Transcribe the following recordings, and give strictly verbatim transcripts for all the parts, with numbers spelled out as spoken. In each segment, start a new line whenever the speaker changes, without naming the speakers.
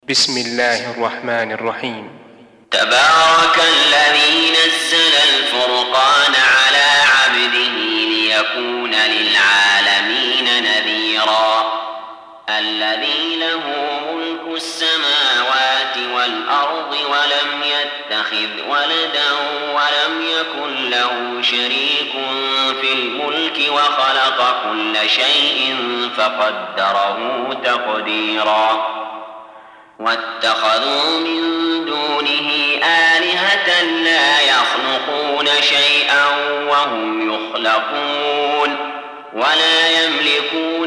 بسم الله الرحمن الرحيم.
تبارك الذي نزل الفرقان على عبده ليكون للعالمين نذيرا الذي له ملك السماوات والأرض ولم يتخذ ولدا ولم يكن له شريك في الملك وخلق كل شيء فقدره تقديرا واتخذوا من دونه آلهة لا يخلقون شيئا وهم يخلقون ولا يملكون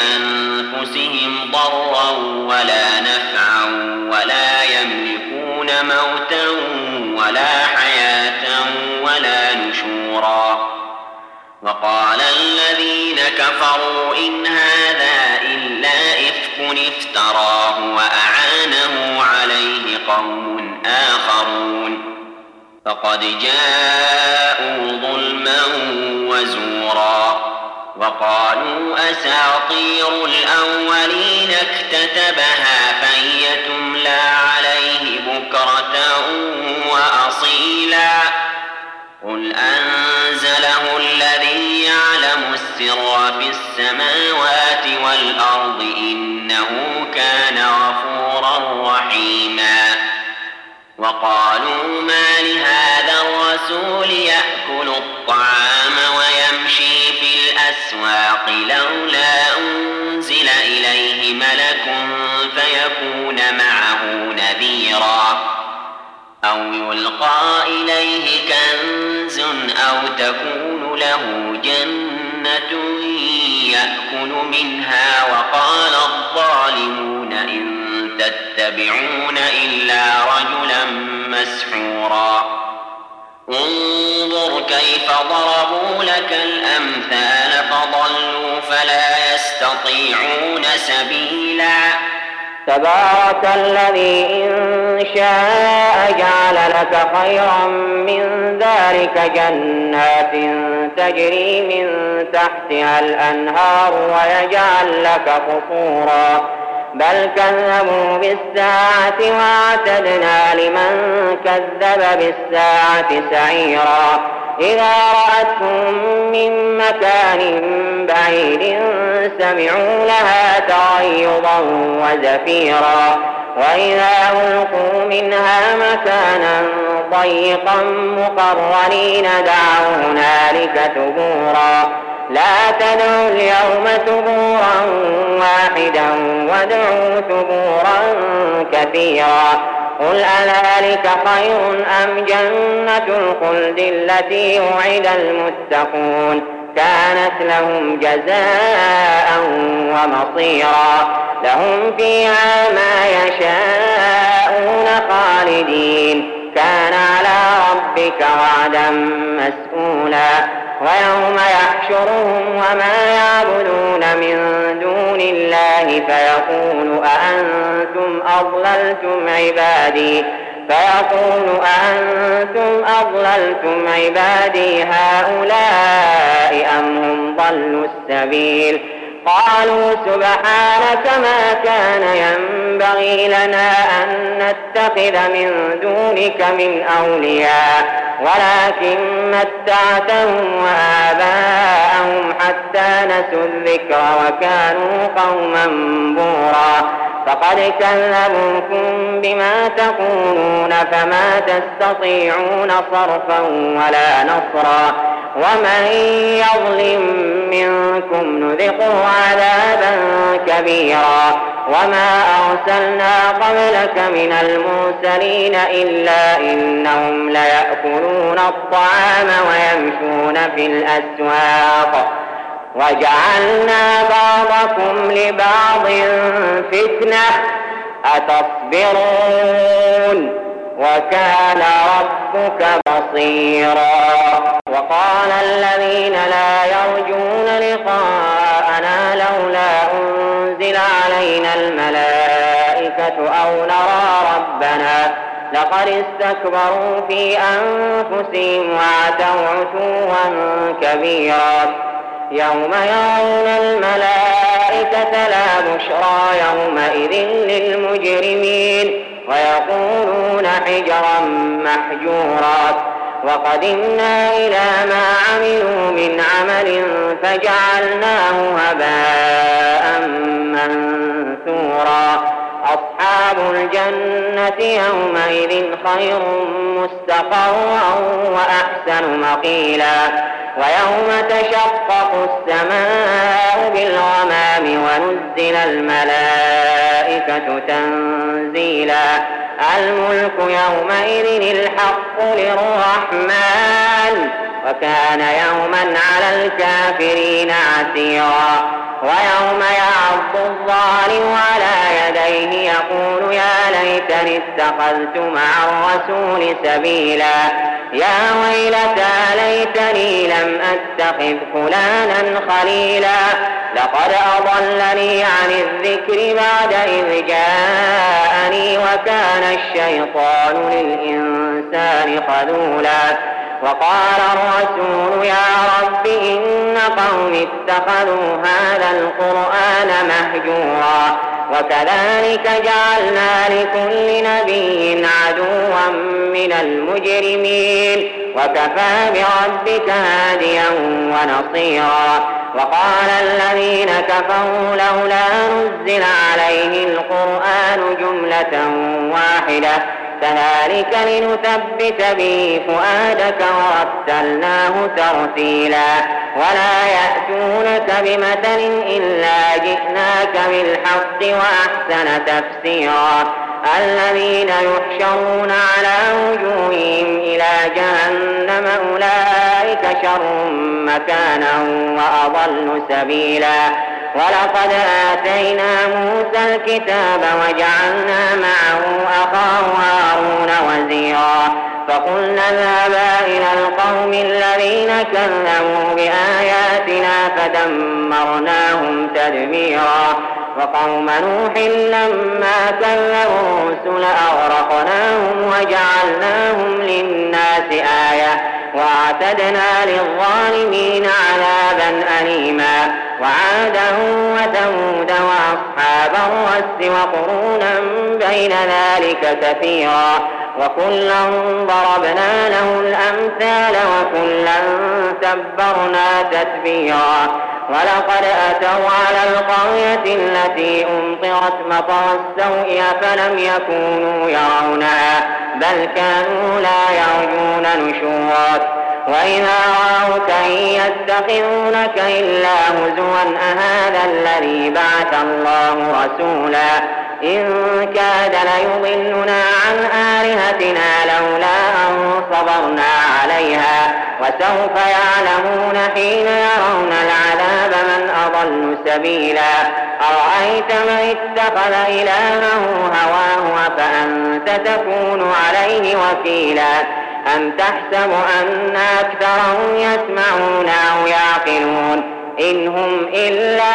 لأنفسهم ضرا ولا نفعا ولا يملكون موتا ولا حياة ولا نشورا وقال الذين كفروا إن هذا إلا إفك افتراه وأعانه عليه قوم آخرون فقد جاءوا ظلما وزورا وقالوا أساطير الأولين اكتتبها فهي تملى عليه بكرة وأصيلا قل أنزله الذي يعلم السر في السماوات والأرض إنه كان غفورا رحيما وقالوا ما لهذا الرسول يأكل الطعام ويمشي في الأسواق لولا أنزل إليه ملك فيكون معه نذيرا أو يلقى إليه كنز أو تكون له جنة يأكل منها وقال الظالمون إن تتبعون إلا رجلا مسحورا انظر كيف ضربوا لك الأمثال فضلوا فلا يستطيعون سبيلا
تبارك الذي إن شاء جعل لك خيرا من ذلك جنات تجري من تحتها الأنهار ويجعل لك قصورا بل كذبوا بالساعة وأعتدنا لمن كذب بالساعة سعيرا إذا رأتهم من مكان بعيد سمعوا لها تغيظا وزفيرا وإذا ألقوا منها مكانا ضيقا مقرنين دعوا هنالك ثبورا لا تدعوا اليوم ثبورا واحدا وادعوا ثبورا كثيرا قل أذلك خير أم جنة الخلد التي وعد المتقون كانت لهم جزاء ومصيرا لهم فيها ما يشاءون خالدين كان على ربك وعدا مسئولا ويوم يحشرهم وما يعبدون من دون الله فيقول أأنتم أضللتم عبادي فيقول أأنتم أضللتم عبادي هؤلاء أم هم ضلوا السبيل قالوا سبحانك ما كان ينبغي لنا أن نتخذ من دونك من أولياء ولكن متعتهم وآباءهم حتى نسوا الذكر وكانوا قوما بورا فقد كذبوكم بما تقولون فما تستطيعون صرفا ولا نصرا ومن يظلم منكم نذقه عذابا كبيرا وما أرسلنا قبلك من المرسلين إلا إنهم ليأكلون الطعام ويمشون في الأسواق وجعلنا بعضكم لبعض فتنة أتصبرون وكان ربك بصيرا وقال الذين لا يرجون لقاءنا لولا أنزل علينا الملائكة أو نرى ربنا لقد استكبروا في أنفسهم وعتوا عتوا كبيرا يوم يرون الملائكة الملائكة لا بشرى يومئذ للمجرمين ويقولون حجرا محجورا وقدمنا إلى ما عملوا من عمل فجعلناه هباء منثورا أصحاب الجنة يومئذ خير مستقرا وأحسن مقيلا ويوم تشقق السماء بالغمام ونزل الملائكة تنزيلا الملك يومئذ الحق للرحمن وكان يوما على الكافرين عسيرا ويوم يعض الظالم على يديه يقول يا ليتني اتخذت مع الرسول سبيلا يا ويلتى ليتني لم أتخذ فلانا خليلا لقد أضلني عن الذكر بعد إذ جاءني وكان الشيطان للإنسان خذولا وقال الرسول يا رب إن قوم اتخذوا هذا القرآن مهجورا وكذلك جعلنا لكل نبي عدوا من المجرمين وكفى بربك هاديا ونصيرا وقال الذين كفروا لولا نزل عليه القرآن جملة واحدة كذلك لنثبت به فؤادك ورتلناه ترتيلا ولا يأتونك بمثل إلا جئناك بالحق وأحسن تفسيرا الذين يحشرون على وجوههم إلى جهنم أولئك شر مكانا وأضل سبيلا ولقد آتينا موسى الكتاب وجعلنا معه أخاه هارون وزيرا فقلنا اذهبا إلى القوم الذين كذبوا بآياتنا فدمرناهم تدميرا وقوم نوح لما كذبوا الرسل أغرقناهم وجعلناهم للناس آية وأعتدنا للظالمين عذابا أليما وعادا وثمود وأصحاب الرس وقرونا بين ذلك كثيرا وكلا ضربنا له الأمثال وكلا تبرنا تتبيرا ولقد أتوا على القرية التي أمطرت مطر السوء فلم يكونوا يرونها بل كانوا لا يرجون نشورا وإذا رأوك إن يتخذونك إلا هزوا أهذا الذي بعث الله رسولا إن كاد ليضلنا عن آلهتنا لولا أن صبرنا عليها وسوف يعلمون حين يرون العذاب من أضل سبيلا أرأيت من اتخذ إلهه هواه أفأنت تكون عليه وكيلا أم تحسب أن أكثرهم يسمعون أو يعقلون إن هم إلا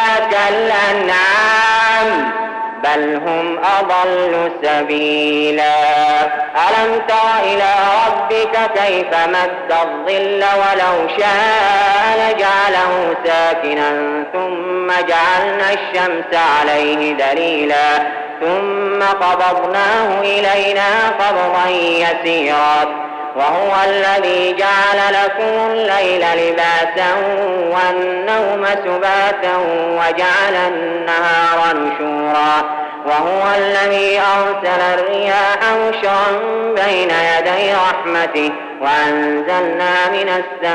كالأنعام بل هم أضل سبيلا ألم تر إلى ربك كيف مد الظل ولو شاء لجعله ساكنا ثم جعلنا الشمس عليه دليلا ثم قبضناه إلينا قبضا يسيرا وهو الذي جعل لكم الليل لباسا والنوم سباتا وجعل النهار نشورا وهو الذي أرسل الرياح بشرا بين يدي رحمته وأنزلنا من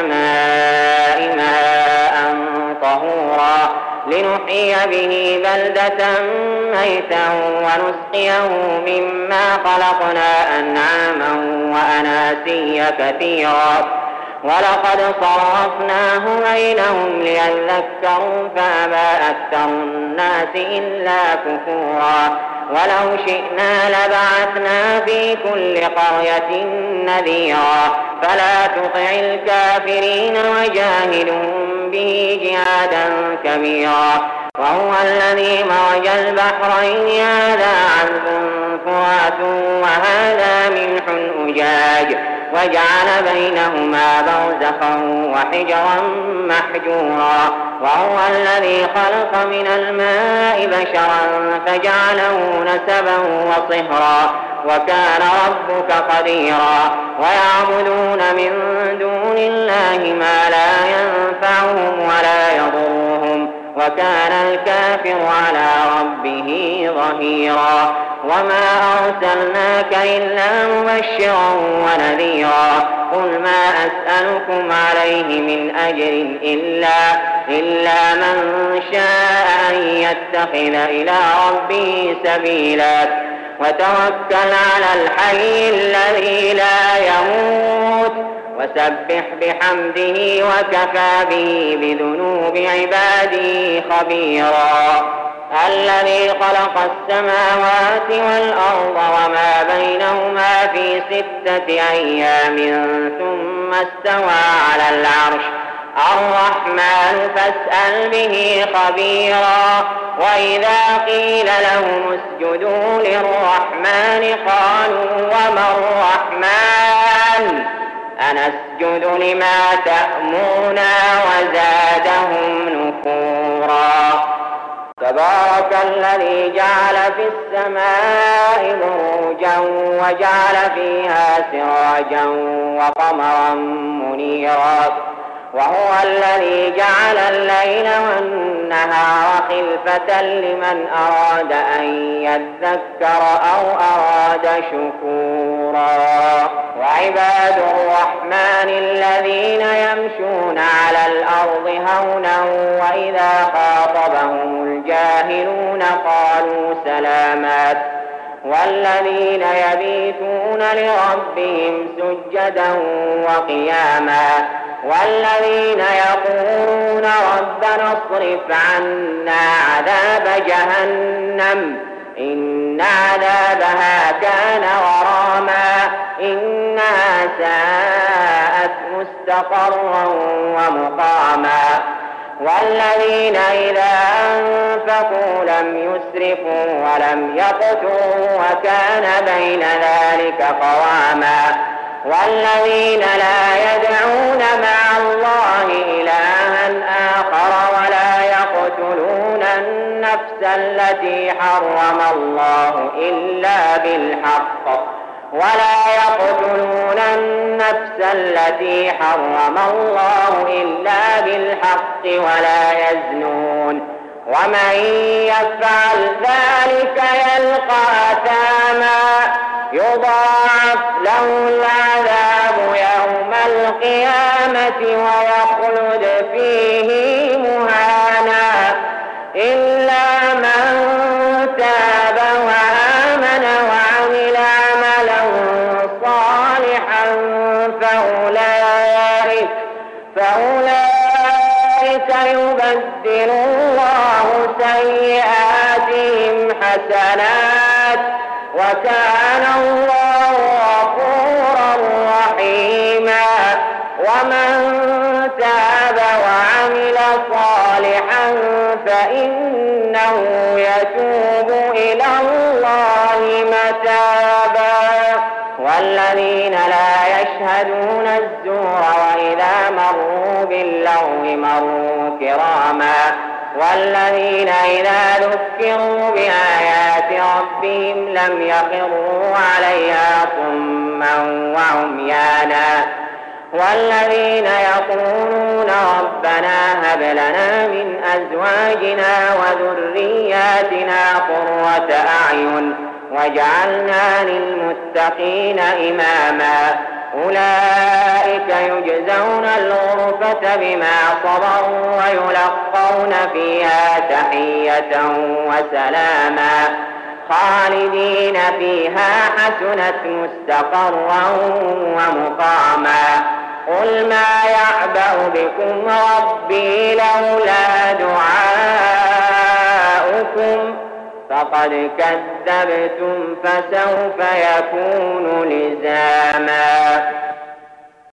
السماء ماء طهورا لنحيي به بلدة ميتا ونسقيه مما خلقنا أنعاما وأناسيا كثيرا ولقد صرفناه بينهم ليذكروا فأبى أكثر الناس إلا كفورا ولو شئنا لبعثنا في كل قرية نذيرا فلا تطع الكافرين وجاهدهم به جهادا كبيرا وهو الذي مرج البحرين هذا عذب فرات وهذا ملح أجاج وجعل بينهما برزخا وحجرا محجورا وهو الذي خلق من الماء بشرا فجعله نسبا وصهرا وكان ربك قديرا ويعبدون من دون الله ما لا ينفعهم ولا يضرهم وكان الكافر على ربه ظهيرا وما أرسلناك إلا مبشرا ونذيرا قل ما أسألكم عليه من أجر إلا, إلا من شاء أن يتخذ إلى ربه سبيلا وتوكل على الحي الذي لا يموت وسبح بحمده وكفى به بذنوب عباده خبيرا الذي خلق السماوات والأرض وما بينهما في ستة أيام ثم استوى على العرش الرحمن فاسأل به خبيرا وإذا قيل لهم اسجدوا للرحمن قالوا وما الرحمن أنسجد لما تأمرنا وزادهم نفورا تبارك الذي جعل في السماء بروجا وجعل فيها سراجا وقمرا منيرا وهو الذي جعل الليل والنهار خلفة لمن أراد أن يذكر أو أراد شكورا وعباد الرحمن الذين يمشون على الأرض هونا وإذا خاطبهم الجاهلون قالوا سلامات والذين يبيتون لربهم سجدا وقياما والذين يقولون ربنا اصرف عنا عذاب جهنم إن عذابها كان غراما إنها ساءت مستقرا ومقاما والذين إذا أنفقوا لم يسرفوا ولم يقتروا وكان بين ذلك قواما والذين لا يدعون مع الله إلها آخر ولا يقتلون النفس التي حرم الله إلا بالحق ولا يقتلون النفس التي حرم الله إلا بالحق ولا يزنون ومن يفعل ذلك يلقى أثاما يضاعف له العذاب يوم القيامة ويخلد فيه مهانا إلا من تاب وآمن وعمل عملا صالحا فأولئك, فأولئك يبدل الله سيئاتهم حسنات وكان الله غفورا رحيما ومن تاب وعمل صالحا فإنه يتوب إلى الله متابا والذين لا يشهدون الزور وإذا مروا باللغو مروا كراما والذين إذا ذكروا بآيات ربهم لم يخروا عليها صما وعميانا والذين يقولون ربنا هب لنا من أزواجنا وذرياتنا قرة أعين واجعلنا للمتقين إماما أولئك يجزون الغرفة بما صبروا ويلقون فيها تحية وسلاما خالدين فيها حسنت مستقرا ومقاما قل ما يعبأ بكم ربي لولا دعاؤكم فقد كذبتم فسوف يكون لزاما.